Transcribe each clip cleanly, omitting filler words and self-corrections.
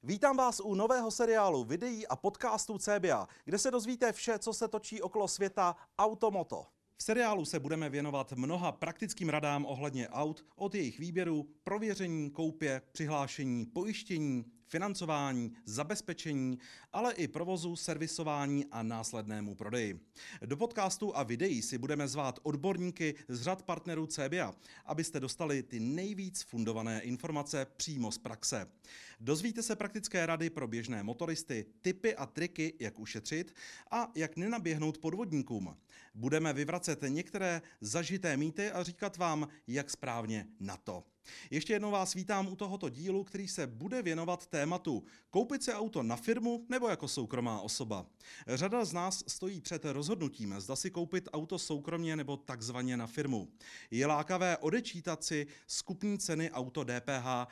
Vítám vás u nového seriálu videí a podcastů CBA, kde se dozvíte vše, co se točí okolo světa automoto. V seriálu se budeme věnovat mnoha praktickým radám ohledně aut, od jejich výběru, prověření, koupě, přihlášení, pojištění, financování, zabezpečení, ale i provozu, servisování a následnému prodeji. Do podcastu a videí si budeme zvát odborníky z řad partnerů CBA, abyste dostali ty nejvíc fundované informace přímo z praxe. Dozvíte se praktické rady pro běžné motoristy, tipy a triky, jak ušetřit a jak nenaběhnout podvodníkům. Budeme vyvracet některé zažité mýty a říkat vám, jak správně na to. Ještě jednou vás vítám u tohoto dílu, který se bude věnovat tématu koupit si auto na firmu nebo jako soukromá osoba. Řada z nás stojí před rozhodnutím, zda si koupit auto soukromně nebo takzvaně na firmu. Je lákavé odečítat si z kupní ceny auto DPH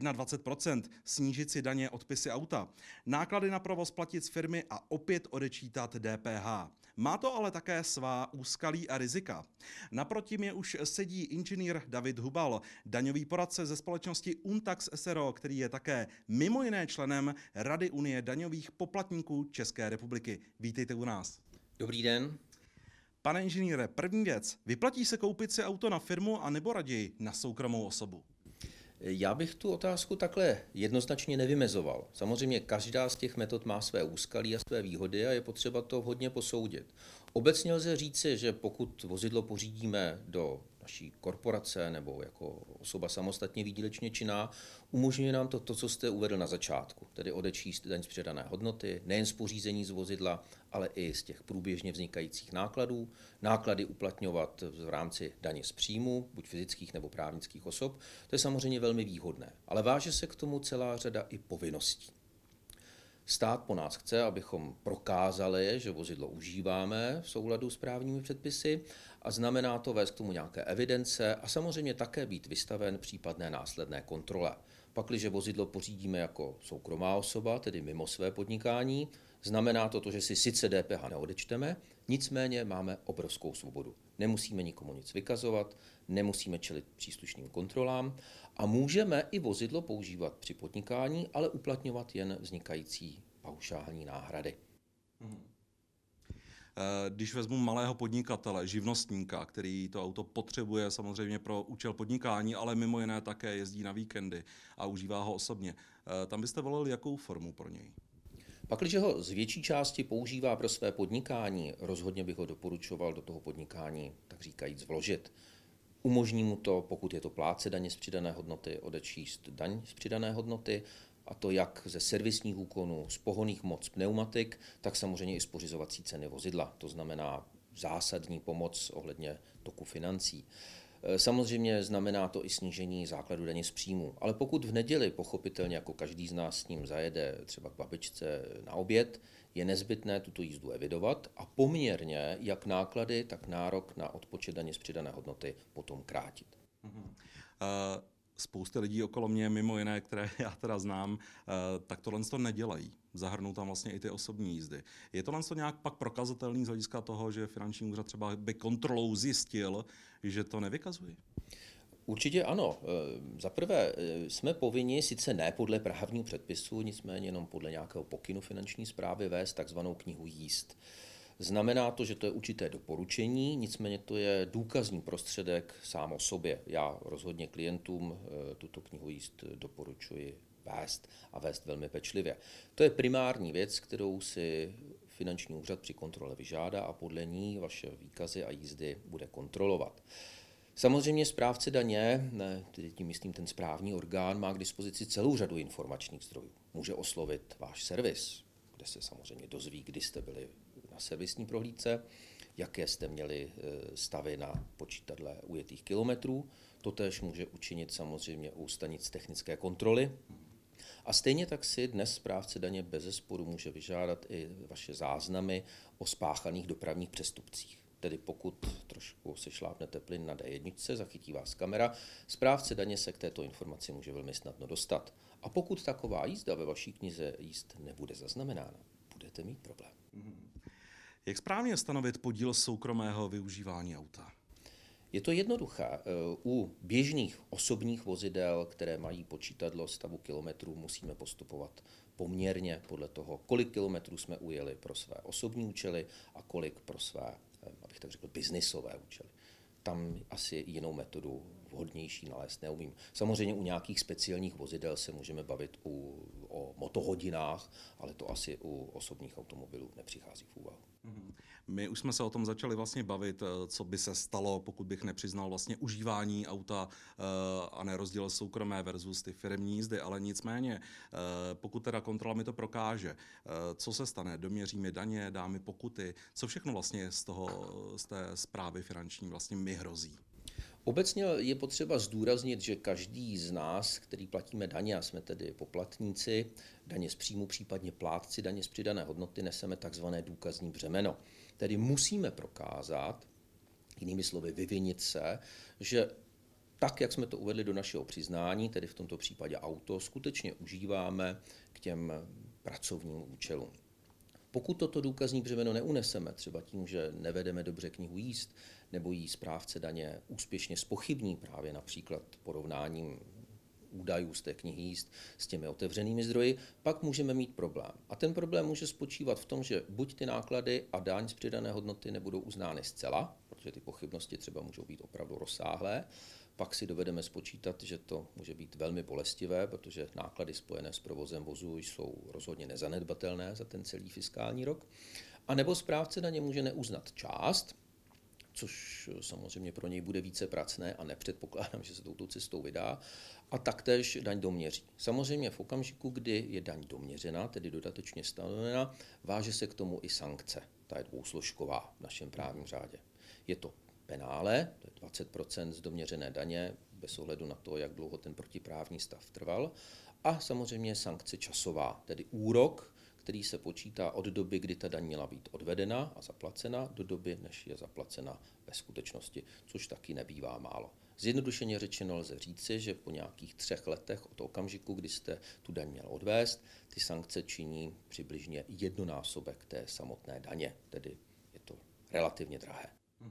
21%, snížit si daně odpisy auta, náklady na provoz platit z firmy a opět odečítat DPH. Má to ale také svá úskalí a rizika. Naproti mě už sedí inženýr David Hubal, daňový poradce ze společnosti Untax SRO, který je také mimo jiné členem Rady Unie daňových poplatníků České republiky. Vítejte u nás. Dobrý den. Pane inženýre, první věc. Vyplatí se koupit si auto na firmu a nebo raději na soukromou osobu? Já bych tu otázku takhle jednoznačně nevymezoval. Samozřejmě každá z těch metod má své úskalí a své výhody a je potřeba to vhodně posoudit. Obecně lze říci, že pokud vozidlo pořídíme do naší korporace nebo jako osoba samostatně výdělečně činná, umožňuje nám to, co jste uvedl na začátku, tedy odečíst daň z přidané hodnoty, nejen z pořízení z vozidla, ale i z těch průběžně vznikajících nákladů, náklady uplatňovat v rámci daně z příjmu, buď fyzických nebo právnických osob. To je samozřejmě velmi výhodné, ale váže se k tomu celá řada i povinností. Stát po nás chce, abychom prokázali, že vozidlo užíváme v souladu s právními předpisy a znamená to vést k tomu nějaké evidence a samozřejmě také být vystaven případné následné kontrole. Pakliže vozidlo pořídíme jako soukromá osoba, tedy mimo své podnikání, znamená to, že si sice DPH neodečteme, nicméně máme obrovskou svobodu. Nemusíme nikomu nic vykazovat, nemusíme čelit příslušným kontrolám a můžeme i vozidlo používat při podnikání, ale uplatňovat jen vznikající paušální náhrady. Když vezmu malého podnikatele, živnostníka, který to auto potřebuje samozřejmě pro účel podnikání, ale mimo jiné také jezdí na víkendy a užívá ho osobně, tam byste volili jakou formu pro něj? Pakliže ho z větší části používá pro své podnikání, rozhodně bych ho doporučoval do toho podnikání, tak říkajíc, vložit. Umožní mu to, pokud je to plátce daně z přidané hodnoty, odečíst daň z přidané hodnoty, a to jak ze servisních úkonů, z pohonných hmot, z pneumatik, tak samozřejmě i z pořizovací ceny vozidla. To znamená zásadní pomoc ohledně toku financí. Samozřejmě znamená to i snížení základu daně z příjmu. Ale pokud v neděli, pochopitelně jako každý z nás s ním zajede třeba k babičce na oběd, je nezbytné tuto jízdu evidovat a poměrně jak náklady, tak nárok na odpočet daně z přidané hodnoty potom krátit. Spousty lidí okolo mě, mimo jiné, které já teda znám, tak tohle to nedělají. Zahrnou tam vlastně i ty osobní jízdy. Je tohle to nějak pak prokazatelný z hlediska toho, že finanční úřad třeba by kontrolou zjistil, že to nevykazují? Určitě ano. Za prvé jsme povinni, sice ne podle právního předpisu, nicméně jenom podle nějakého pokynu finanční správy vést takzvanou knihu jízd. Znamená to, že to je určité doporučení, nicméně to je důkazní prostředek sám o sobě. Já rozhodně klientům tuto knihu jízd doporučuji vést a vést velmi pečlivě. To je primární věc, kterou si finanční úřad při kontrole vyžádá a podle ní vaše výkazy a jízdy bude kontrolovat. Samozřejmě správce daně, tedy tím myslím ten správní orgán, má k dispozici celou řadu informačních zdrojů. Může oslovit váš servis, kde se samozřejmě dozví, kdy jste byli na servisní prohlídce, jaké jste měli stavy na počítadle ujetých kilometrů. Totéž může učinit samozřejmě u stanic technické kontroly. A stejně tak si dnes správce daně bezesporu může vyžádat i vaše záznamy o spáchaných dopravních přestupcích. Tedy pokud trošku se šlápnete plyn na D1, zachytí vás kamera, správce daně se k této informaci může velmi snadno dostat. A pokud taková jízda ve vaší knize jízd nebude zaznamenána, budete mít problém. Jak správně stanovit podíl soukromého využívání auta? Je to jednoduché. U běžných osobních vozidel, které mají počítadlo stavu kilometrů, musíme postupovat poměrně podle toho, kolik kilometrů jsme ujeli pro své osobní účely a kolik pro své, abych tak řekl, biznisové účely. Tam asi jinou metodu vhodnější nalézt neumím. Samozřejmě u nějakých speciálních vozidel se můžeme bavit o motohodinách, ale to asi u osobních automobilů nepřichází v úvahu. My už jsme se o tom začali vlastně bavit, co by se stalo, pokud bych nepřiznal vlastně užívání auta a nerozdělil soukromé versus ty firemní jízdy, ale nicméně, pokud teda kontrola mi to prokáže, co se stane? Doměří mi daně, dá mi pokuty, co všechno vlastně z té správy finanční vlastně mi hrozí? Obecně je potřeba zdůraznit, že každý z nás, který platíme daně, a jsme tedy poplatníci, daně z příjmu, případně plátci daně z přidané hodnoty, neseme takzvané důkazní břemeno. Tedy musíme prokázat, jinými slovy vyvinit se, že tak, jak jsme to uvedli do našeho přiznání, tedy v tomto případě auto, skutečně užíváme k těm pracovním účelům. Pokud toto důkazní břemeno neuneseme, třeba tím, že nevedeme dobře knihu jízd, nebo jí správce daně úspěšně zpochybní právě například porovnáním údajů z té knihy jízd s těmi otevřenými zdroji, pak můžeme mít problém. A ten problém může spočívat v tom, že buď ty náklady a daň z přidané hodnoty nebudou uznány zcela, protože ty pochybnosti třeba můžou být opravdu rozsáhlé, pak si dovedeme spočítat, že to může být velmi bolestivé, protože náklady spojené s provozem vozu jsou rozhodně nezanedbatelné za ten celý fiskální rok. A nebo správce daně může neuznat část, což samozřejmě pro něj bude více pracné a nepředpokládám, že se touto cestou vydá, a taktéž daň doměří. Samozřejmě v okamžiku, kdy je daň doměřena, tedy dodatečně stanovena, váže se k tomu i sankce. Ta je dvousložková v našem právním řádě. Je to penále, to je 20% z doměřené daně, bez ohledu na to, jak dlouho ten protiprávní stav trval, a samozřejmě sankce časová, tedy úrok, který se počítá od doby, kdy ta daň měla být odvedena a zaplacena, do doby, než je zaplacena ve skutečnosti, což taky nebývá málo. Zjednodušeně řečeno lze říci, že po nějakých 3 letech od okamžiku, kdy jste tu daň měl odvést, ty sankce činí přibližně 1násobek té samotné daně, tedy je to relativně drahé.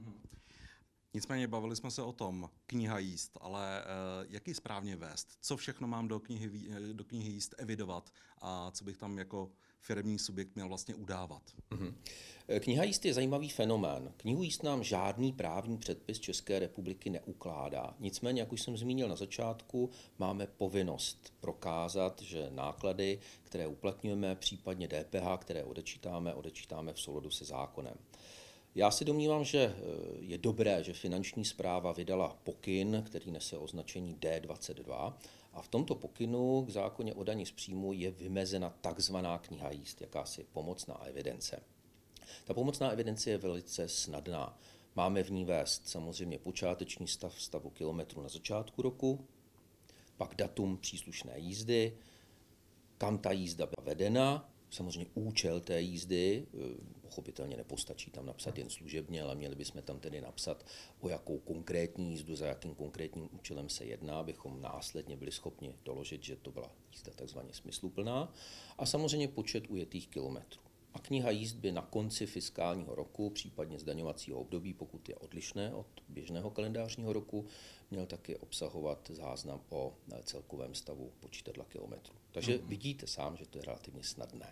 Nicméně bavili jsme se o tom, kniha jízd, ale jak ji správně vést? Co všechno mám do knihy jízd evidovat a co bych tam jako firemní subjekt měl vlastně udávat? Kniha jízd je zajímavý fenomén. Knihu jízd nám žádný právní předpis České republiky neukládá. Nicméně, jak už jsem zmínil na začátku, máme povinnost prokázat, že náklady, které uplatňujeme, případně DPH, které odečítáme v souladu se zákonem. Já si domnívám, že je dobré, že Finanční správa vydala pokyn, který nese označení D22, a v tomto pokynu k zákoně o dani z příjmu je vymezena takzvaná kniha jízd, jakási pomocná evidence. Ta pomocná evidence je velice snadná. Máme v ní vést samozřejmě počáteční stavu kilometrů na začátku roku, pak datum příslušné jízdy, kam ta jízda byla vedena, samozřejmě účel té jízdy, pochopitelně nepostačí tam napsat jen služebně, ale měli bychom tam tedy napsat, o jakou konkrétní jízdu, za jakým konkrétním účelem se jedná, abychom následně byli schopni doložit, že to byla jízda takzvaně smysluplná, a samozřejmě počet ujetých kilometrů. A kniha jízd by na konci fiskálního roku, případně zdaňovacího období, pokud je odlišné od běžného kalendářního roku, měl taky obsahovat záznam o celkovém stavu počítadla kilometrů. Takže vidíte sám, že to je relativně snadné.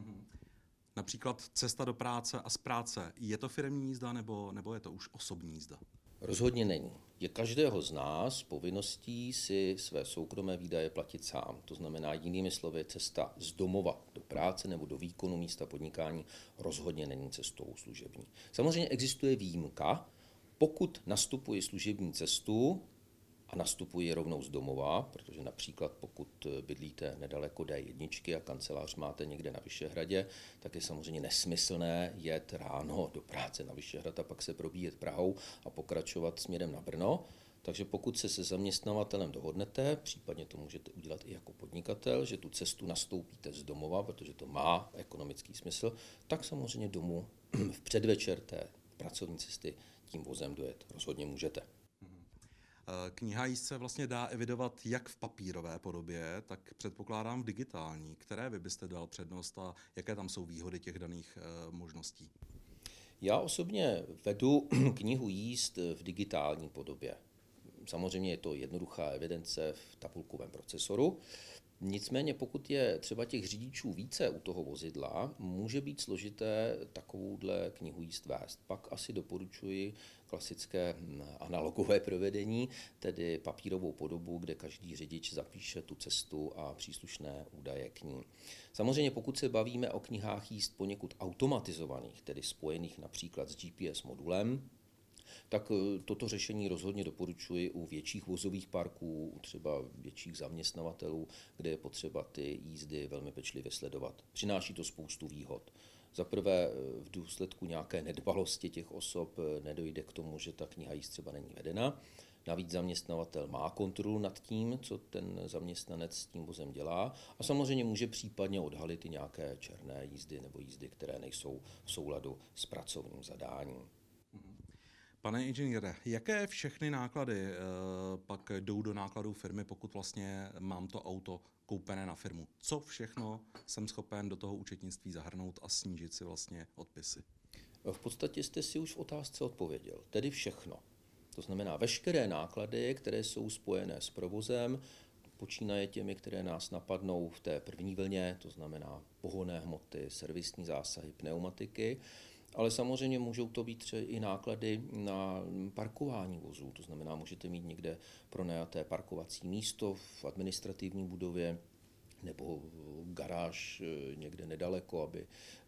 Například cesta do práce a z práce. Je to firemní jízda nebo je to už osobní jízda? Rozhodně není. Je každého z nás povinností si své soukromé výdaje platit sám. To znamená, jinými slovy, cesta z domova do práce nebo do výkonu místa podnikání rozhodně není cestou služební. Samozřejmě existuje výjimka, pokud nastupuji služební cestu a nastupuji rovnou z domova, protože například pokud bydlíte nedaleko D1 a kancelář máte někde na Vyšehradě, tak je samozřejmě nesmyslné jet ráno do práce na Vyšehrad a pak se probíjet Prahou a pokračovat směrem na Brno. Takže pokud se zaměstnavatelem dohodnete, případně to můžete udělat i jako podnikatel, že tu cestu nastoupíte z domova, protože to má ekonomický smysl, tak samozřejmě domů v předvečer té pracovní cesty tím vozem dojet rozhodně můžete. Kniha jízd se vlastně dá evidovat jak v papírové podobě, tak předpokládám v digitální. Které vy byste dal přednost a jaké tam jsou výhody těch daných možností? Já osobně vedu knihu jízd v digitální podobě. Samozřejmě je to jednoduchá evidence v tabulkovém procesoru. Nicméně pokud je třeba těch řidičů více u toho vozidla, může být složité takovouhle knihu jízd vést. Pak asi doporučuji klasické analogové provedení, tedy papírovou podobu, kde každý řidič zapíše tu cestu a příslušné údaje k ní. Samozřejmě pokud se bavíme o knihách jízd poněkud automatizovaných, tedy spojených například s GPS modulem, tak toto řešení rozhodně doporučuji u větších vozových parků, u třeba větších zaměstnavatelů, kde je potřeba ty jízdy velmi pečlivě sledovat. Přináší to spoustu výhod. Za prvé v důsledku nějaké nedbalosti těch osob nedojde k tomu, že ta kniha jízd třeba není vedena. Navíc zaměstnavatel má kontrolu nad tím, co ten zaměstnanec s tím vozem dělá a samozřejmě může případně odhalit i nějaké černé jízdy nebo jízdy, které nejsou v souladu s pracovním zadáním. Pane inženýre, jaké všechny náklady pak jdou do nákladů firmy, pokud vlastně mám to auto koupené na firmu? Co všechno jsem schopen do toho účetnictví zahrnout a snížit si vlastně odpisy? V podstatě jste si už v otázce odpověděl, tedy všechno. To znamená veškeré náklady, které jsou spojené s provozem, počínaje těmi, které nás napadnou v té první vlně, to znamená pohonné hmoty, servisní zásahy, pneumatiky, ale samozřejmě můžou to být třeba i náklady na parkování vozů, to znamená, můžete mít někde pronajaté parkovací místo v administrativní budově nebo garáž někde nedaleko, aby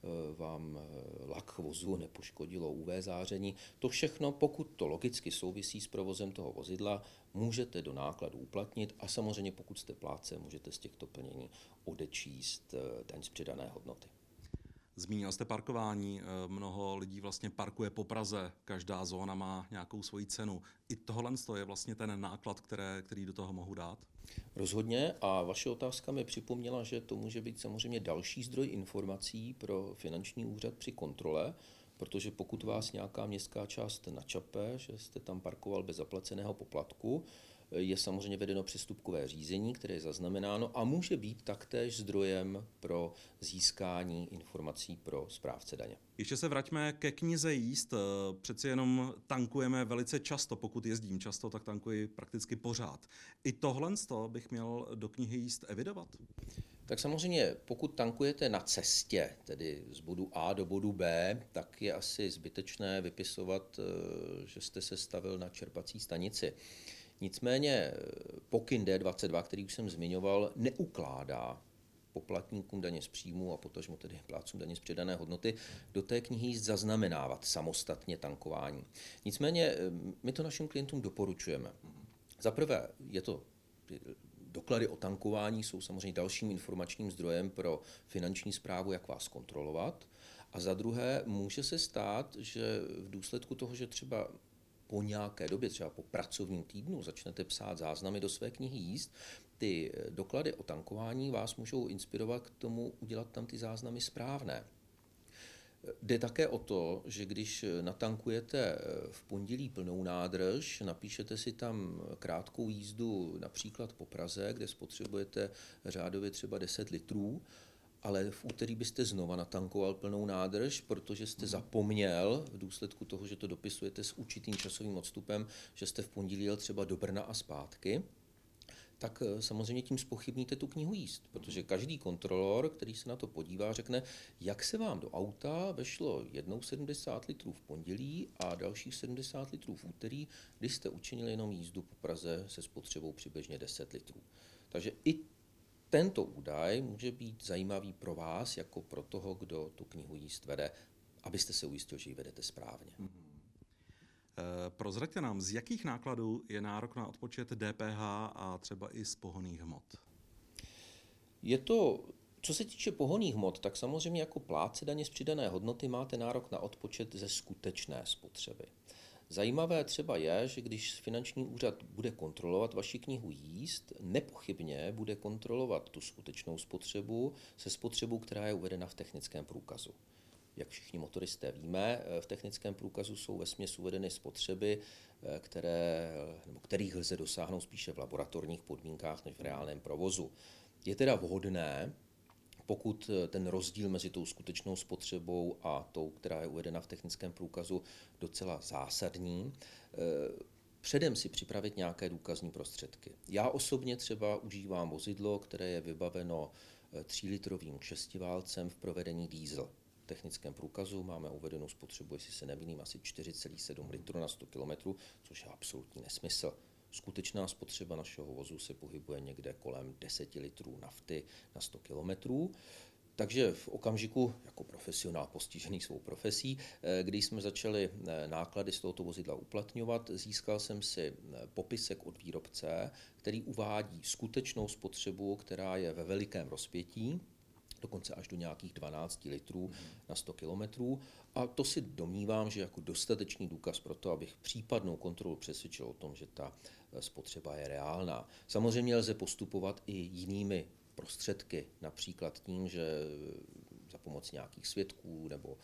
vám lak vozu nepoškodilo UV záření. To všechno, pokud to logicky souvisí s provozem toho vozidla, můžete do nákladu uplatnit a samozřejmě pokud jste plátce, můžete z těchto plnění odečíst daň z přidané hodnoty. Zmínil jste parkování, mnoho lidí vlastně parkuje po Praze, každá zóna má nějakou svoji cenu. I tohle je vlastně ten náklad, který do toho mohu dát? Rozhodně a vaše otázka mi připomněla, že to může být samozřejmě další zdroj informací pro finanční úřad při kontrole, protože pokud vás nějaká městská část načape, že jste tam parkoval bez zaplaceného poplatku, je samozřejmě vedeno přestupkové řízení, které je zaznamenáno a může být taktéž zdrojem pro získání informací pro správce daně. Ještě se vraťme ke knize jízd. Přeci jenom tankujeme velice často, pokud jezdím často, tak tankuji prakticky pořád. I tohle bych měl do knihy jízd evidovat? Tak samozřejmě, pokud tankujete na cestě, tedy z bodu A do bodu B, tak je asi zbytečné vypisovat, že jste se stavil na čerpací stanici. Nicméně pokyn D22, který už jsem zmiňoval, neukládá poplatníkům daně z příjmu a potažmo tedy plátcům daně z přidané hodnoty do té knihy jízd zaznamenávat samostatně tankování. Nicméně my to našim klientům doporučujeme. Za prvé je to doklady o tankování jsou samozřejmě dalším informačním zdrojem pro finanční správu, jak vás kontrolovat. A za druhé může se stát, že v důsledku toho, že třeba po nějaké době, třeba po pracovním týdnu, začnete psát záznamy do své knihy jízd, ty doklady o tankování vás můžou inspirovat k tomu udělat tam ty záznamy správné. Jde také o to, že když natankujete v pondělí plnou nádrž, napíšete si tam krátkou jízdu například po Praze, kde spotřebujete řádově třeba 10 litrů, ale v úterý byste znova natankoval plnou nádrž, protože jste zapomněl v důsledku toho, že to dopisujete s určitým časovým odstupem, že jste v pondělí jel třeba do Brna a zpátky, tak samozřejmě tím zpochybníte tu knihu jízd, protože každý kontrolor, který se na to podívá, řekne, jak se vám do auta vešlo jednou 70 litrů v pondělí a dalších 70 litrů v úterý, když jste učinili jenom jízdu po Praze se spotřebou přibližně 10 litrů. Takže i tento údaj může být zajímavý pro vás, jako pro toho, kdo tu knihu jízd vede, abyste se ujistil, že ji vedete správně. Prozraďte nám, z jakých nákladů je nárok na odpočet DPH a třeba i z pohonných hmot? Je to, co se týče pohonných hmot, tak samozřejmě jako plátce daně z přidané hodnoty máte nárok na odpočet ze skutečné spotřeby. Zajímavé třeba je, že když finanční úřad bude kontrolovat vaši knihu jízd, nepochybně bude kontrolovat tu skutečnou spotřebu se spotřebou, která je uvedena v technickém průkazu. Jak všichni motoristé víme, v technickém průkazu jsou vesměs uvedeny spotřeby, kterých lze dosáhnout spíše v laboratorních podmínkách než v reálném provozu. Je teda vhodné pokud ten rozdíl mezi tou skutečnou spotřebou a tou, která je uvedena v technickém průkazu, docela zásadní, předem si připravit nějaké důkazní prostředky. Já osobně třeba užívám vozidlo, které je vybaveno 3-litrovým šestiválcem v provedení diesel. V technickém průkazu máme uvedenou spotřebu, jestli se nemýlím, asi 4,7 litru na 100 km, což je absolutní nesmysl. Skutečná spotřeba našeho vozu se pohybuje někde kolem 10 litrů nafty na 100 km. Takže v okamžiku, jako profesionál postižený svou profesí, když jsme začali náklady z tohoto vozidla uplatňovat, získal jsem si popisek od výrobce, který uvádí skutečnou spotřebu, která je ve velikém rozpětí, dokonce až do nějakých 12 litrů na 100 kilometrů. A to si domnívám, že jako dostatečný důkaz pro to, abych případnou kontrolu přesvědčil o tom, že ta spotřeba je reálná. Samozřejmě lze postupovat i jinými prostředky, například tím, že za pomoci nějakých svědků nebo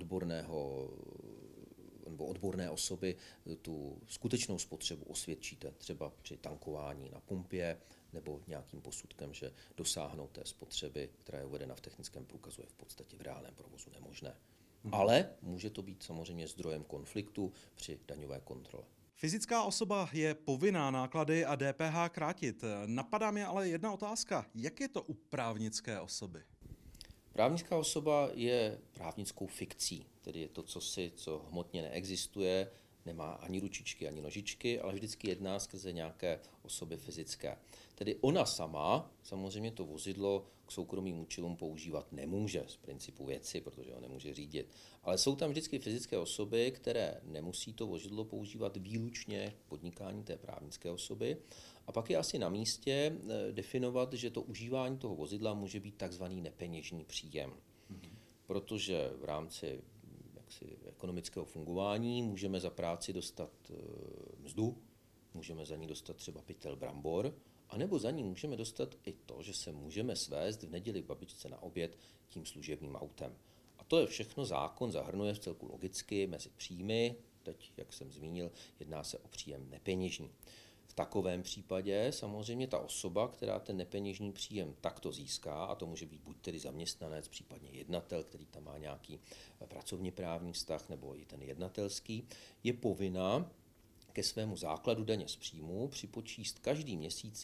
odborné osoby tu skutečnou spotřebu osvědčíte, třeba při tankování na pumpě nebo nějakým posudkem, že dosáhnout té spotřeby, která je uvedena v technickém průkazu, je v podstatě v reálném provozu nemožné. Ale může to být samozřejmě zdrojem konfliktu při daňové kontrole. Fyzická osoba je povinná náklady a DPH krátit. Napadá mě ale jedna otázka. Jak je to u právnické osoby? Právnická osoba je právnickou fikcí, tedy je to co hmotně neexistuje, nemá ani ručičky, ani nožičky, ale vždycky jedná skrze nějaké osoby fyzické. Tedy ona sama samozřejmě to vozidlo k soukromým účelům používat nemůže z principu věci, protože ho nemůže řídit. Ale jsou tam vždycky fyzické osoby, které nemusí to vozidlo používat výlučně k podnikání té právnické osoby. A pak je asi na místě definovat, že to užívání toho vozidla může být takzvaný nepeněžní příjem. Protože v rámci ekonomického fungování můžeme za práci dostat mzdu, můžeme za ní dostat třeba pytel brambor, anebo za ní můžeme dostat i to, že se můžeme svést v neděli k babičce na oběd tím služebním autem. A to je všechno, zákon zahrnuje v celku logicky mezi příjmy, teď, jak jsem zmínil, jedná se o příjem nepeněžní. V takovém případě samozřejmě ta osoba, která ten nepeněžní příjem takto získá, a to může být buď tedy zaměstnanec, případně jednatel, který tam má nějaký pracovně právní vztah, nebo i ten jednatelský, je povinna ke svému základu daně z příjmu připočíst každý měsíc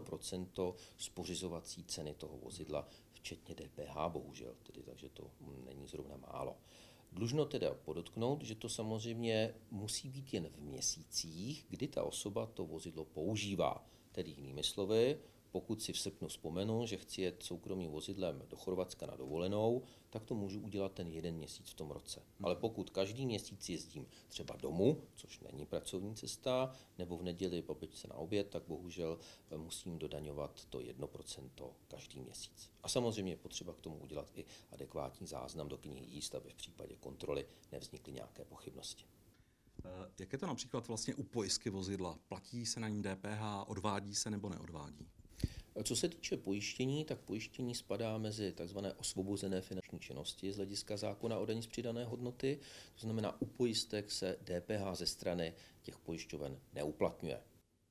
1% z pořizovací ceny toho vozidla, včetně DPH, bohužel, takže to není zrovna málo. Dlužno teda podotknout, že to samozřejmě musí být jen v měsících, kdy ta osoba to vozidlo používá. Tedy jinými slovy, pokud si v srpnu vzpomenu, že chci jet soukromým vozidlem do Chorvatska na dovolenou, tak to můžu udělat ten jeden měsíc v tom roce. Ale pokud každý měsíc jezdím třeba domů, což není pracovní cesta, nebo v neděli babičce na oběd, tak bohužel musím dodaňovat to 1% každý měsíc. A samozřejmě je potřeba k tomu udělat i adekvátní záznam do knihy jízd, aby v případě kontroly nevznikly nějaké pochybnosti. Jak je to například vlastně u pojistky vozidla? Platí se na ní DPH, odvádí se nebo neodvádí? Co se týče pojištění, tak pojištění spadá mezi tzv. Osvobozené finanční činnosti z hlediska zákona o dani z přidané hodnoty. To znamená, u pojistek se DPH ze strany těch pojišťoven neuplatňuje.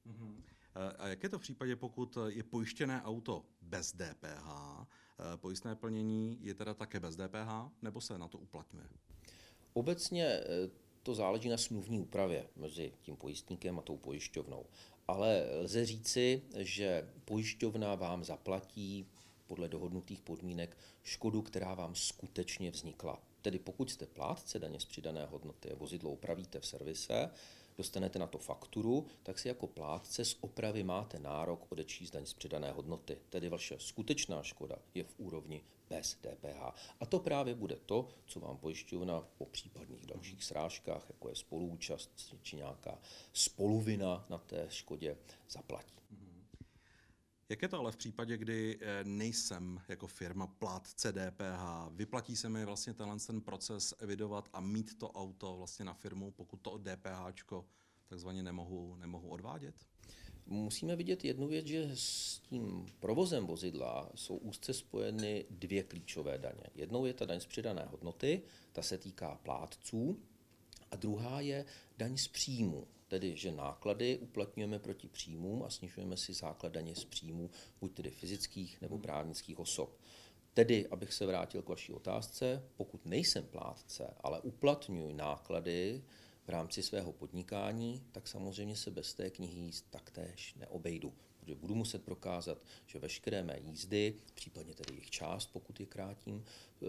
A jak je to v případě, pokud je pojištěné auto bez DPH? Pojistné plnění je teda také bez DPH, nebo se na to uplatňuje? Obecně to záleží na smluvní úpravě mezi tím pojistníkem a tou pojišťovnou. Ale lze říci, že pojišťovna vám zaplatí podle dohodnutých podmínek škodu, která vám skutečně vznikla. Tedy pokud jste plátce daně z přidané hodnoty a vozidlo opravíte v servise, dostanete na to fakturu, tak si jako plátce z opravy máte nárok odečíst daň z přidané hodnoty. Tedy vaše skutečná škoda je v úrovni bez DPH. A to právě bude to, co vám pojišťovna po případných dalších srážkách, jako je spoluúčast či nějaká spoluvina na té škodě, zaplatí. Jak je to ale v případě, kdy nejsem jako firma plátce DPH? Vyplatí se mi vlastně ten proces evidovat a mít to auto vlastně na firmu, pokud to DPHčko takzvaně nemohu odvádět? Musíme vidět jednu věc, že s tím provozem vozidla jsou úzce spojeny dvě klíčové daně. Jednou je ta daň z přidané hodnoty, ta se týká plátců, a druhá je daň z příjmu. Tedy, že náklady uplatňujeme proti příjmům a snižujeme si základ daně z příjmů buď tedy fyzických nebo právnických osob. Tedy, abych se vrátil k vaší otázce, pokud nejsem plátce, ale uplatňuji náklady v rámci svého podnikání, tak samozřejmě se bez té knihy jízd taktéž neobejdu. Protože budu muset prokázat, že veškeré mé jízdy, případně tedy jejich část, pokud je krátím,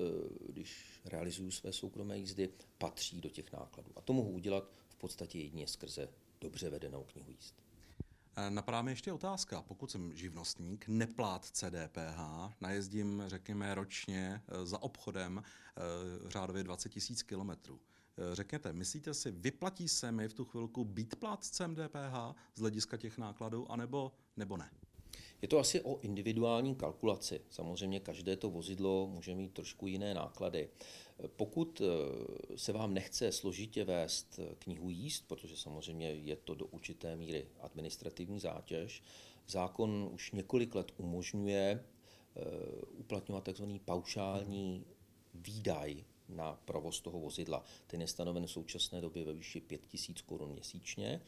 když realizuju své soukromé jízdy, patří do těch nákladů. A to mohu udělat v podstatě jedině skrze dobře vedenou knihu jízd. Napadá mi ještě otázka. Pokud jsem živnostník, neplátce DPH, najezdím, řekněme, ročně za obchodem řádově 20 000 kilometrů. Řekněte, myslíte si, vyplatí se mi v tu chvilku být plátcem DPH z hlediska těch nákladů, anebo ne? Je to asi o individuální kalkulaci. Samozřejmě každé to vozidlo může mít trošku jiné náklady. Pokud se vám nechce složitě vést knihu jízd, protože samozřejmě je to do určité míry administrativní zátěž, zákon už několik let umožňuje uplatňovat tzv. Paušální výdaj na provoz toho vozidla. Ten je stanoven v současné době ve výši 5 000 korun měsíčně.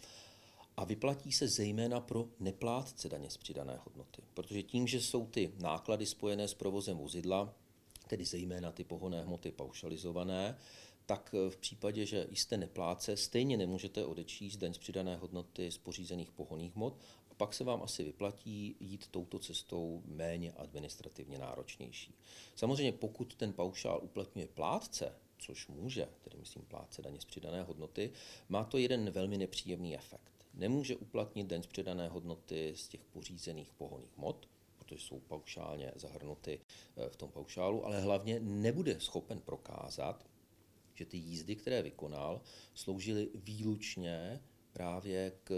A vyplatí se zejména pro neplátce daně z přidané hodnoty. Protože tím, že jsou ty náklady spojené s provozem vozidla, tedy zejména ty pohonné hmoty paušalizované, tak v případě, že jste neplátce, stejně nemůžete odečíst daň z přidané hodnoty z pořízených pohonných hmot a pak se vám asi vyplatí jít touto cestou méně administrativně náročnější. Samozřejmě pokud ten paušál uplatňuje plátce, což může, tedy myslím plátce daně z přidané hodnoty, má to jeden velmi nepříjemný efekt. Nemůže uplatnit daň z přidané hodnoty z těch pořízených pohonných hmot, protože jsou paušálně zahrnuty v tom paušálu, ale hlavně nebude schopen prokázat, že ty jízdy, které vykonal, sloužily výlučně právě k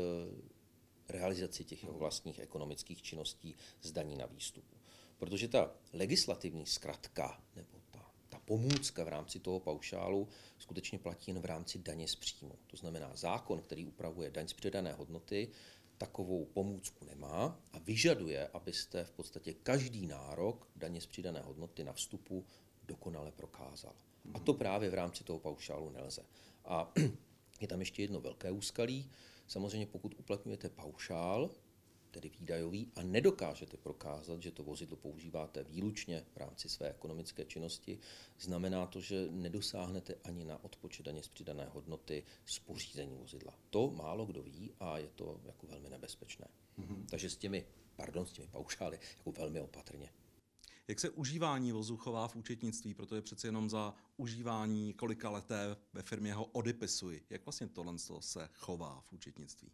realizaci těch jeho vlastních ekonomických činností z daní na výstupu. Protože ta legislativní zkratka nebo ta pomůcka v rámci toho paušálu skutečně platí jen v rámci daně z příjmu. To znamená, zákon, který upravuje daň z přidané hodnoty, takovou pomůcku nemá a vyžaduje, abyste v podstatě každý nárok daně z přidané hodnoty na vstupu dokonale prokázal. A to právě v rámci toho paušálu nelze. A je tam ještě jedno velké úskalí. Samozřejmě pokud uplatňujete paušál, tedy výdajový, a nedokážete prokázat, že to vozidlo používáte výlučně v rámci své ekonomické činnosti, znamená to, že nedosáhnete ani na odpočet daně z přidané hodnoty z pořízení vozidla. To málo kdo ví a je to jako velmi nebezpečné. Takže s těmi paušály jako velmi opatrně. Jak se užívání vozu chová v účetnictví, protože přece jenom za užívání kolika leté ve firmě ho odepisuji. Jak vlastně tohle se chová v účetnictví?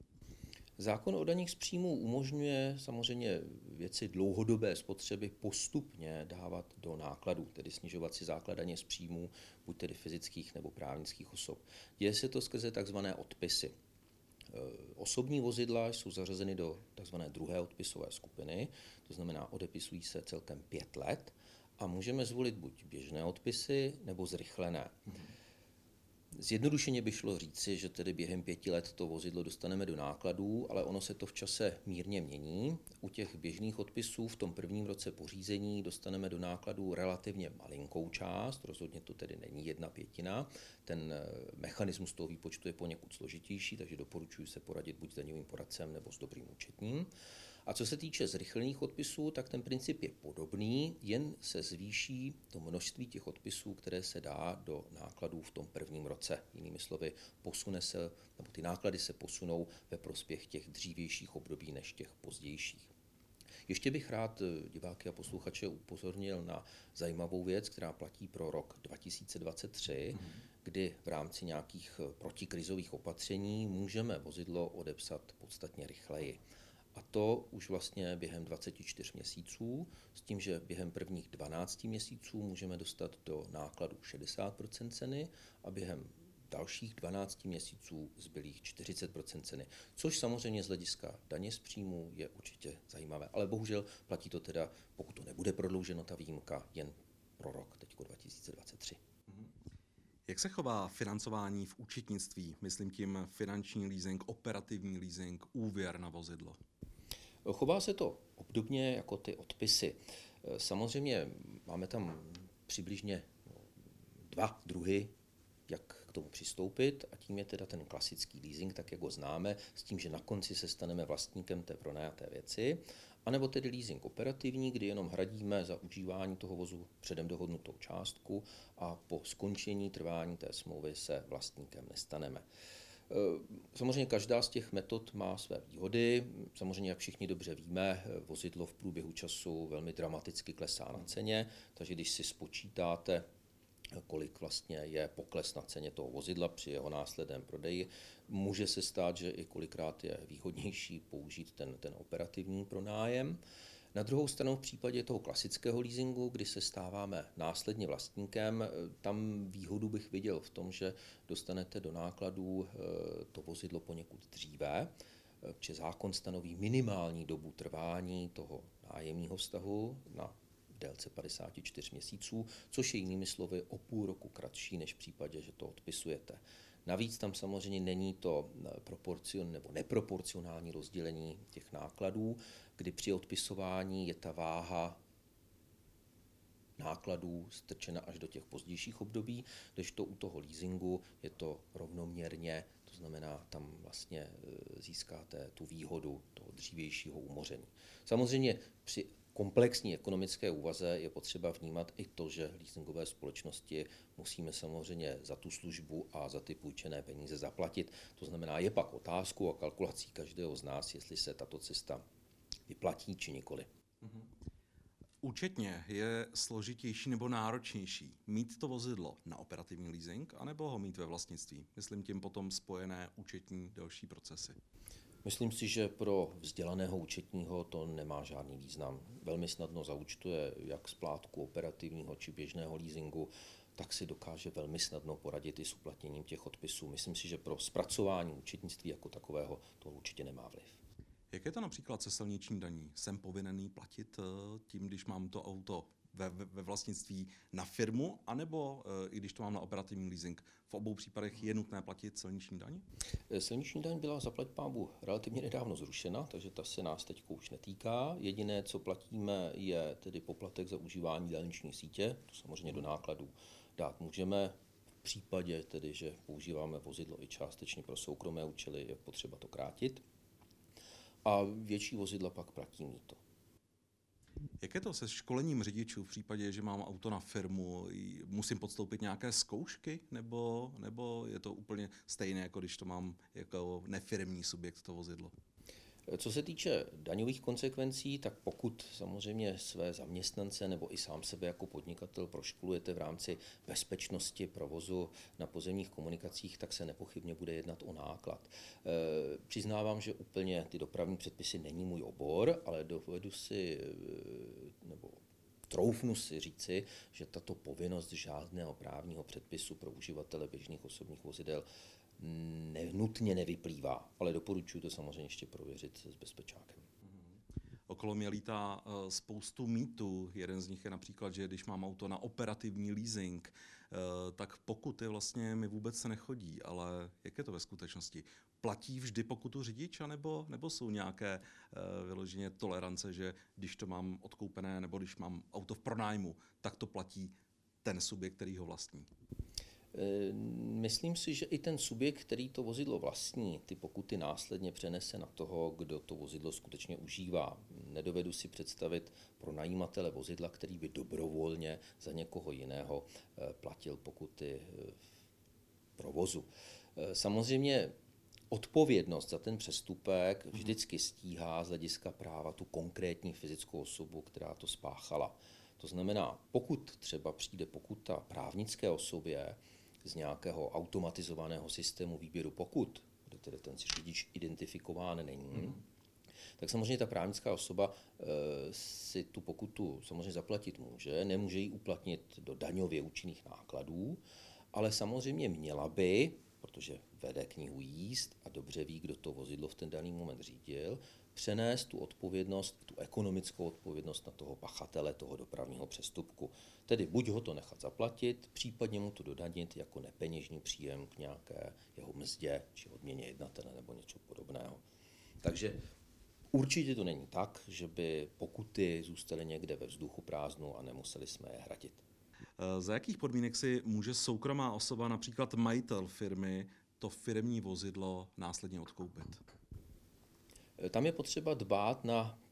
Zákon o daních z příjmů umožňuje samozřejmě věci dlouhodobé spotřeby postupně dávat do nákladů, tedy snižovat si základ daně z příjmů, buď tedy fyzických nebo právnických osob. Děje se to skrze takzvané odpisy. Osobní vozidla jsou zařazeny do takzvané druhé odpisové skupiny, to znamená odepisují se celkem 5 let a můžeme zvolit buď běžné odpisy nebo zrychlené. Zjednodušeně by šlo říci, že tedy během 5 let to vozidlo dostaneme do nákladů, ale ono se to v čase mírně mění. U těch běžných odpisů v tom prvním roce pořízení dostaneme do nákladů relativně malinkou část, rozhodně to tedy není 1/5. Ten mechanismus toho výpočtu je poněkud složitější, takže doporučuji se poradit buď s daňovým poradcem nebo s dobrým účetním. A co se týče zrychlených odpisů, tak ten princip je podobný, jen se zvýší to množství těch odpisů, které se dá do nákladů v tom prvním roce. Jinými slovy, ty náklady se posunou ve prospěch těch dřívějších období než těch pozdějších. Ještě bych rád diváky a posluchače upozornil na zajímavou věc, která platí pro rok 2023, kdy v rámci nějakých protikrizových opatření můžeme vozidlo odepsat podstatně rychleji. A to už vlastně během 24 měsíců, s tím, že během prvních 12 měsíců můžeme dostat do nákladu 60% ceny a během dalších 12 měsíců zbylých 40% ceny. Což samozřejmě z hlediska daně z příjmu je určitě zajímavé. Ale bohužel platí to teda, pokud to nebude prodlouženo, ta výjimka jen pro rok teďko 2023. Jak se chová financování v účetnictví? Myslím tím finanční leasing, operativní leasing, úvěr na vozidlo. Chová se to obdobně jako ty odpisy. Samozřejmě máme tam přibližně 2 druhy, jak k tomu přistoupit, a tím je teda ten klasický leasing, tak jak ho známe, s tím, že na konci se staneme vlastníkem té pronajaté věci. anebo tedy leasing operativní, kdy jenom hradíme za užívání toho vozu předem dohodnutou částku a po skončení trvání té smlouvy se vlastníkem nestaneme. Samozřejmě každá z těch metod má své výhody. Samozřejmě, jak všichni dobře víme, vozidlo v průběhu času velmi dramaticky klesá na ceně, takže když si spočítáte, kolik vlastně je pokles na ceně toho vozidla při jeho následném prodeji, může se stát, že i kolikrát je výhodnější použít ten operativní pronájem. Na druhou stranu v případě toho klasického leasingu, kdy se stáváme následně vlastníkem, tam výhodu bych viděl v tom, že dostanete do nákladů to vozidlo poněkud dříve, protože zákon stanoví minimální dobu trvání toho nájemního vztahu na délce 54 měsíců, což je jinými slovy o půl roku kratší než v případě, že to odpisujete. Navíc tam samozřejmě není to nebo neproporcionální rozdělení těch nákladů, kdy při odpisování je ta váha nákladů strčena až do těch pozdějších období, kdežto u toho leasingu je to rovnoměrně, to znamená, tam vlastně získáte tu výhodu toho dřívějšího umoření. Samozřejmě při komplexní ekonomické úvaze je potřeba vnímat i to, že leasingové společnosti musíme samozřejmě za tu službu a za ty půjčené peníze zaplatit. To znamená, je pak otázku a kalkulací každého z nás, jestli se tato cesta vyplatí či nikoli. Účetně je složitější nebo náročnější mít to vozidlo na operativní leasing, anebo ho mít ve vlastnictví? Myslím tím potom spojené účetní další procesy. Myslím si, že pro vzdělaného účetního to nemá žádný význam. Velmi snadno zaúčtuje jak splátku operativního či běžného leasingu, tak si dokáže velmi snadno poradit i s uplatněním těch odpisů. Myslím si, že pro zpracování účetnictví jako takového to určitě nemá vliv. Jak je to například se silniční daní? Jsem povinný platit tím, když mám to auto ve vlastnictví na firmu, anebo i když to mám na operativní leasing? V obou případech je nutné platit silniční daň? Silniční daň byla zaplať pánbůh relativně nedávno zrušena, takže ta se nás teď už netýká. Jediné, co platíme, je tedy poplatek za užívání dálniční sítě. To samozřejmě do nákladů dát můžeme. V případě tedy, že používáme vozidlo i částečně pro soukromé účely, je potřeba to krátit. A větší vozidla pak platí mýto. Jak je to se školením řidičů v případě, že mám auto na firmu? Musím podstoupit nějaké zkoušky, nebo je to úplně stejné, jako když to mám jako nefirmní subjekt to vozidlo? Co se týče daňových konsekvencí, tak pokud samozřejmě své zaměstnance nebo i sám sebe jako podnikatel proškolujete v rámci bezpečnosti provozu na pozemních komunikacích, tak se nepochybně bude jednat o náklad. Přiznávám, že úplně ty dopravní předpisy není můj obor, ale dovedu si nebo troufnu si říci, že tato povinnost žádného právního předpisu pro uživatele běžných osobních vozidel nutně nevyplývá, ale doporučuji to samozřejmě ještě prověřit s bezpečákem. Okolo mě lítá spoustu mýtů. Jeden z nich je například, že když mám auto na operativní leasing, tak pokuty vlastně mi vůbec nechodí, ale jak je to ve skutečnosti? Platí vždy pokutu řidič, nebo jsou nějaké vyloženě tolerance, že když to mám odkoupené nebo když mám auto v pronájmu, tak to platí ten subjekt, který ho vlastní? Myslím si, že i ten subjekt, který to vozidlo vlastní, ty pokuty následně přenese na toho, kdo to vozidlo skutečně užívá. Nedovedu si představit pronajímatele vozidla, který by dobrovolně za někoho jiného platil pokuty v provozu. Samozřejmě odpovědnost za ten přestupek vždycky stíhá z hlediska práva tu konkrétní fyzickou osobu, která to spáchala. To znamená, pokud třeba přijde pokuta právnické osobě z nějakého automatizovaného systému výběru pokut, kde tedy ten řidič identifikován není, tak samozřejmě ta právnická osoba si tu pokutu samozřejmě zaplatit může, nemůže ji uplatnit do daňově účinných nákladů, ale samozřejmě měla by, protože vede knihu jízd a dobře ví, kdo to vozidlo v ten daný moment řídil, přenést tu odpovědnost, tu ekonomickou odpovědnost na toho pachatele toho dopravního přestupku. Tedy buď ho to nechat zaplatit, případně mu to dodanit jako nepeněžní příjem k nějaké jeho mzdě či odměně jednatele nebo něco podobného. Takže určitě to není tak, že by pokuty zůstaly někde ve vzduchu prázdnu a nemuseli jsme je hradit. Za jakých podmínek si může soukromá osoba, například majitel firmy, to firemní vozidlo následně odkoupit? Tam je potřeba dbát na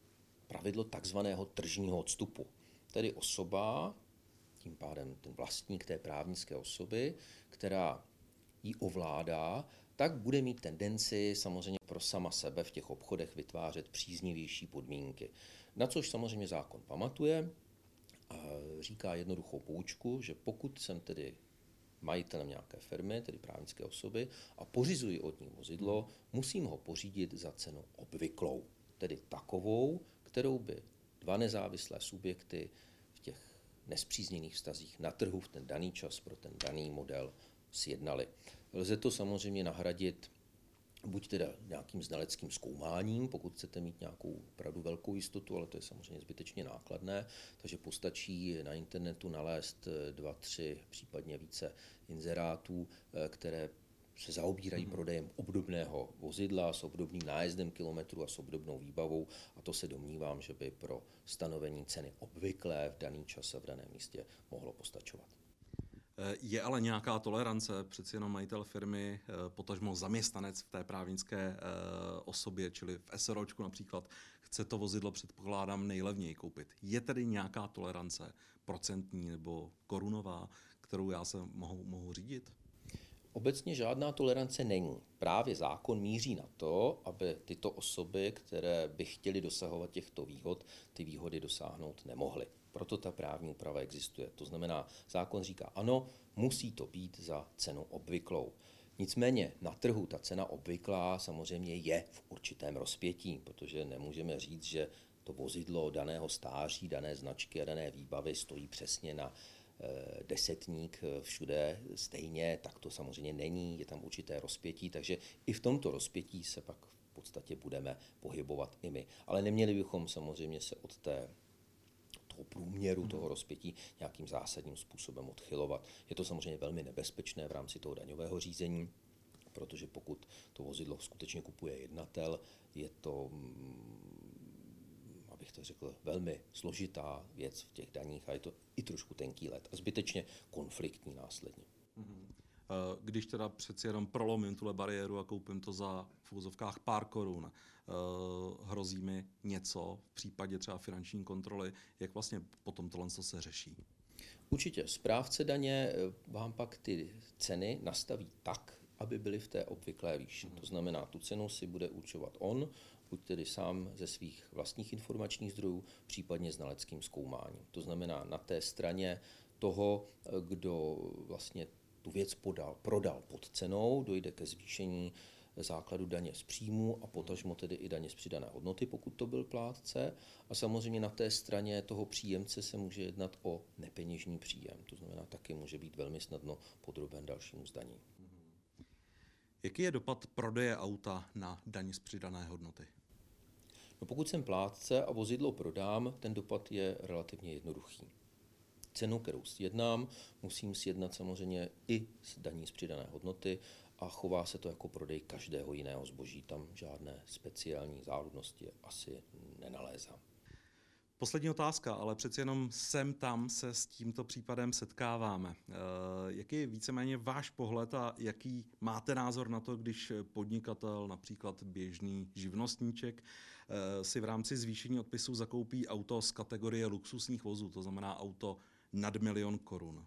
pravidlo takzvaného tržního odstupu. Tedy osoba, tím pádem ten vlastník té právnické osoby, která ji ovládá, tak bude mít tendenci samozřejmě pro sama sebe v těch obchodech vytvářet příznivější podmínky. Na což samozřejmě zákon pamatuje a říká jednoduchou poučku, že pokud jsem tedy majitelem nějaké firmy, tedy právnické osoby, a pořizuji od ní vozidlo, musím ho pořídit za cenu obvyklou, tedy takovou, kterou by dva nezávislé subjekty v těch nespřízněných vztazích na trhu v ten daný čas pro ten daný model sjednali. Lze to samozřejmě nahradit buď teda nějakým znaleckým zkoumáním, pokud chcete mít nějakou opravdu velkou jistotu, ale to je samozřejmě zbytečně nákladné, takže postačí na internetu nalézt 2, 3, případně více inzerátů, které se zaobírají prodejem obdobného vozidla s obdobným nájezdem kilometru a s obdobnou výbavou, a to se domnívám, že by pro stanovení ceny obvyklé v daný čas a v daném místě mohlo postačovat. Je ale nějaká tolerance, přeci jenom majitel firmy, potažmo zaměstnanec v té právnické osobě, čili v SROčku například, chce to vozidlo, předpokládám, nejlevněji koupit. Je tedy nějaká tolerance procentní nebo korunová, kterou já se mohu řídit? Obecně žádná tolerance není. Právě zákon míří na to, aby tyto osoby, které by chtěly dosahovat těchto výhod, ty výhody dosáhnout nemohly. Proto ta právní úprava existuje. To znamená, zákon říká ano, musí to být za cenu obvyklou. Nicméně na trhu ta cena obvyklá samozřejmě je v určitém rozpětí, protože nemůžeme říct, že to vozidlo daného stáří, dané značky a dané výbavy stojí přesně na desetník všude stejně, tak to samozřejmě není, je tam určité rozpětí, takže i v tomto rozpětí se pak v podstatě budeme pohybovat i my. Ale neměli bychom samozřejmě se od toho průměru, toho rozpětí nějakým zásadním způsobem odchylovat. Je to samozřejmě velmi nebezpečné v rámci toho daňového řízení, protože pokud to vozidlo skutečně kupuje jednatel, je to, abych to řekl, velmi složitá věc v těch daních a je to i trošku tenký led a zbytečně konfliktní následně. Když teda přeci jenom prolomím tuhle bariéru a koupím to za v uvozovkách pár korun, hrozí mi něco v případě třeba finanční kontroly, jak vlastně potom tohle se řeší? Určitě správce daně vám pak ty ceny nastaví tak, aby byly v té obvyklé výši. To znamená, tu cenu si bude určovat on, buď tedy sám ze svých vlastních informačních zdrojů, případně znaleckým zkoumáním. To znamená, na té straně toho, kdo vlastně tu věc prodal pod cenou, dojde ke zvýšení základu daně z příjmu a potažmo tedy i daně z přidané hodnoty, pokud to byl plátce. A samozřejmě na té straně toho příjemce se může jednat o nepeněžní příjem. To znamená, taky může být velmi snadno podroben dalšímu zdanění. Jaký je dopad prodeje auta na daň z přidané hodnoty? No pokud jsem plátce a vozidlo prodám, ten dopad je relativně jednoduchý. Cenu, kterou sjednám, musím sjednat samozřejmě i s daní z přidané hodnoty a chová se to jako prodej každého jiného zboží. Tam žádné speciální záludnosti asi nenalézám. Poslední otázka, ale přeci jenom sem tam se s tímto případem setkáváme. Jaký je víceméně váš pohled a jaký máte názor na to, když podnikatel, například běžný živnostníček, si v rámci zvýšení odpisů zakoupí auto z kategorie luxusních vozů, to znamená auto nad 1 000 000 korun?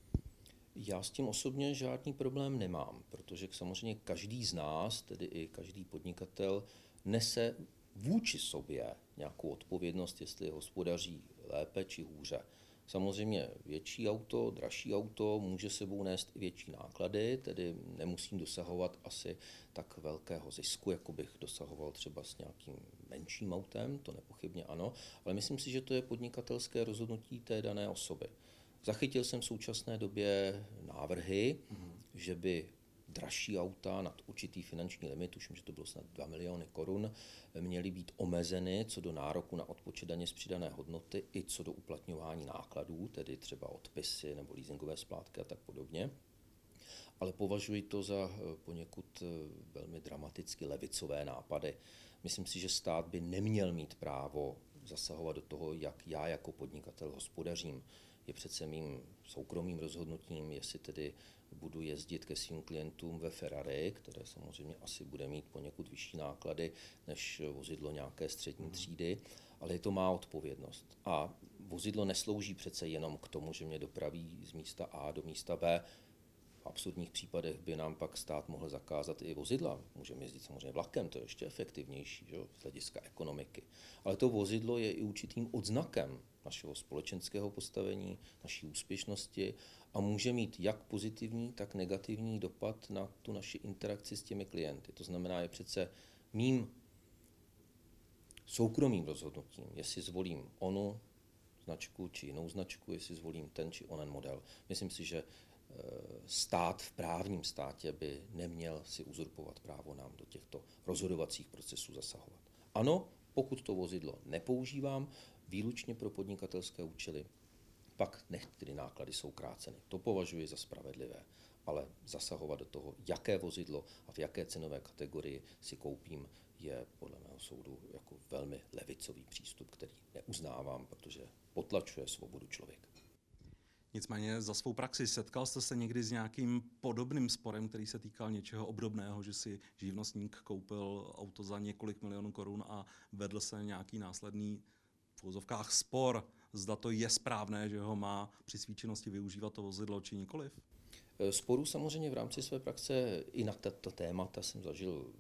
Já s tím osobně žádný problém nemám, protože samozřejmě každý z nás, tedy i každý podnikatel, nese vůči sobě nějakou odpovědnost, jestli hospodaří lépe či hůře. Samozřejmě větší auto, dražší auto může sebou nést i větší náklady, tedy nemusím dosahovat asi tak velkého zisku, jako bych dosahoval třeba s nějakým menším autem, to nepochybně ano, ale myslím si, že to je podnikatelské rozhodnutí té dané osoby. Zachytil jsem v současné době návrhy, že by dražší auta nad určitý finanční limit, tuším, že to bylo snad 2 miliony korun, měly být omezeny co do nároku na odpočet daně z přidané hodnoty i co do uplatňování nákladů, tedy třeba odpisy nebo leasingové splátky a tak podobně. Ale považuji to za poněkud velmi dramaticky levicové nápady. Myslím si, že stát by neměl mít právo zasahovat do toho, jak já jako podnikatel hospodařím. Je přece mým soukromým rozhodnutím, jestli tedy budu jezdit ke svým klientům ve Ferrari, které samozřejmě asi bude mít poněkud vyšší náklady než vozidlo nějaké střední třídy, ale je to má odpovědnost. A vozidlo neslouží přece jenom k tomu, že mě dopraví z místa A do místa B. V absurdních případech by nám pak stát mohl zakázat i vozidla. Můžeme jezdit samozřejmě vlakem, to je ještě efektivnější, že? Z hlediska ekonomiky. Ale to vozidlo je i určitým odznakem našeho společenského postavení, naší úspěšnosti a může mít jak pozitivní, tak negativní dopad na tu naši interakci s těmi klienty. To znamená, je přece mým soukromým rozhodnutím, jestli zvolím onu značku či jinou značku, jestli zvolím ten či onen model. Myslím si, že stát v právním státě by neměl si uzurpovat právo nám do těchto rozhodovacích procesů zasahovat. Ano, pokud to vozidlo nepoužívám výlučně pro podnikatelské účely, pak nechť ty náklady jsou kráceny. To považuji za spravedlivé, ale zasahovat do toho, jaké vozidlo a v jaké cenové kategorii si koupím, je podle mého soudu jako velmi levicový přístup, který neuznávám, protože potlačuje svobodu člověka. Nicméně za svou praxi setkal jste se někdy s nějakým podobným sporem, který se týkal něčeho obdobného, že si živnostník koupil auto za několik milionů korun a vedl se nějaký následný v uvozovkách spor, zda to je správné, že ho má při své činnosti využívat to vozidlo či nikoliv? Sporů samozřejmě v rámci své praxe i na tato témata jsem zažil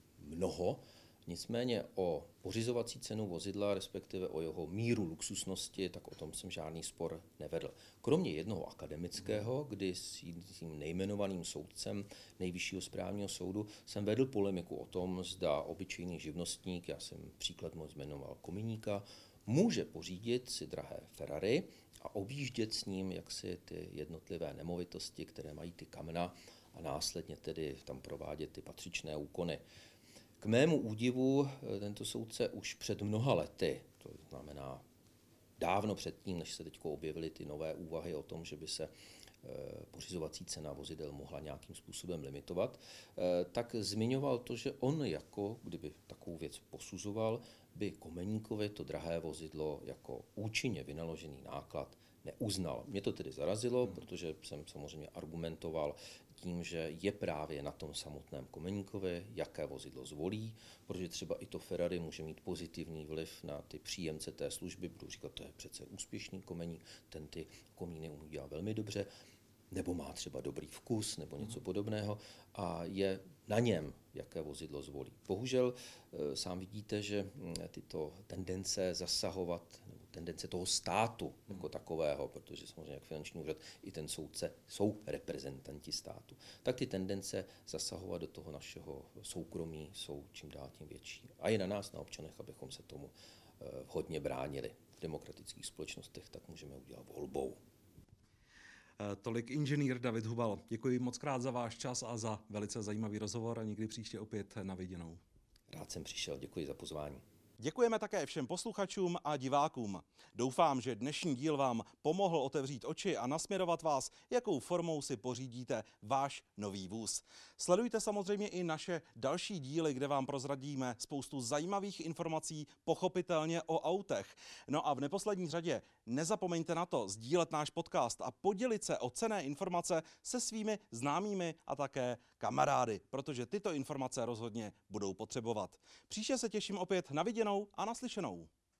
mnoho. Nicméně o pořizovací cenu vozidla, respektive o jeho míru luxusnosti, tak o tom jsem žádný spor nevedl. Kromě jednoho akademického, kdy s tím nejmenovaným soudcem Nejvyššího správního soudu jsem vedl polemiku o tom, zda obyčejný živnostník, já jsem příklad jmenoval Kominíka, může pořídit si drahé Ferrari a objíždět s ním jaksi ty jednotlivé nemovitosti, které mají ty kamna a následně tedy tam provádět ty patřičné úkony. K mému údivu tento soudce už před mnoha lety, to znamená dávno předtím, než se teď objevily ty nové úvahy o tom, že by se pořizovací cena vozidel mohla nějakým způsobem limitovat, tak zmiňoval to, že on jako, kdyby takovou věc posuzoval, by Komeníkovi to drahé vozidlo jako účinně vynaložený náklad neuznal. Mě to tedy zarazilo, protože jsem samozřejmě argumentoval tím, že je právě na tom samotném Komeníkovi, jaké vozidlo zvolí, protože třeba i to Ferrari může mít pozitivní vliv na ty příjemce té služby, budu říkat, to je přece úspěšný Komeník, ten ty komíny umí dělat velmi dobře, nebo má třeba dobrý vkus, nebo něco podobného a je na něm, jaké vozidlo zvolí. Bohužel sám vidíte, že tyto tendence zasahovat, nebo tendence toho státu jako takového, protože samozřejmě jak finanční úřad i ten soudce jsou reprezentanti státu, tak ty tendence zasahovat do toho našeho soukromí jsou čím dál tím větší. A je na nás, na občanech, abychom se tomu hodně bránili. V demokratických společnostech tak můžeme udělat volbou. Tolik inženýr David Hubal. Děkuji moc krát za váš čas a za velice zajímavý rozhovor a někdy příště opět na viděnou. Rád jsem přišel, děkuji za pozvání. Děkujeme také všem posluchačům a divákům. Doufám, že dnešní díl vám pomohl otevřít oči a nasměrovat vás, jakou formou si pořídíte váš nový vůz. Sledujte samozřejmě i naše další díly, kde vám prozradíme spoustu zajímavých informací, pochopitelně o autech. No a v neposlední řadě nezapomeňte na to sdílet náš podcast a podělit se o cenné informace se svými známými a také kamarády, protože tyto informace rozhodně budou potřebovat. Příště se těším opět na viděnou a naslyšenou.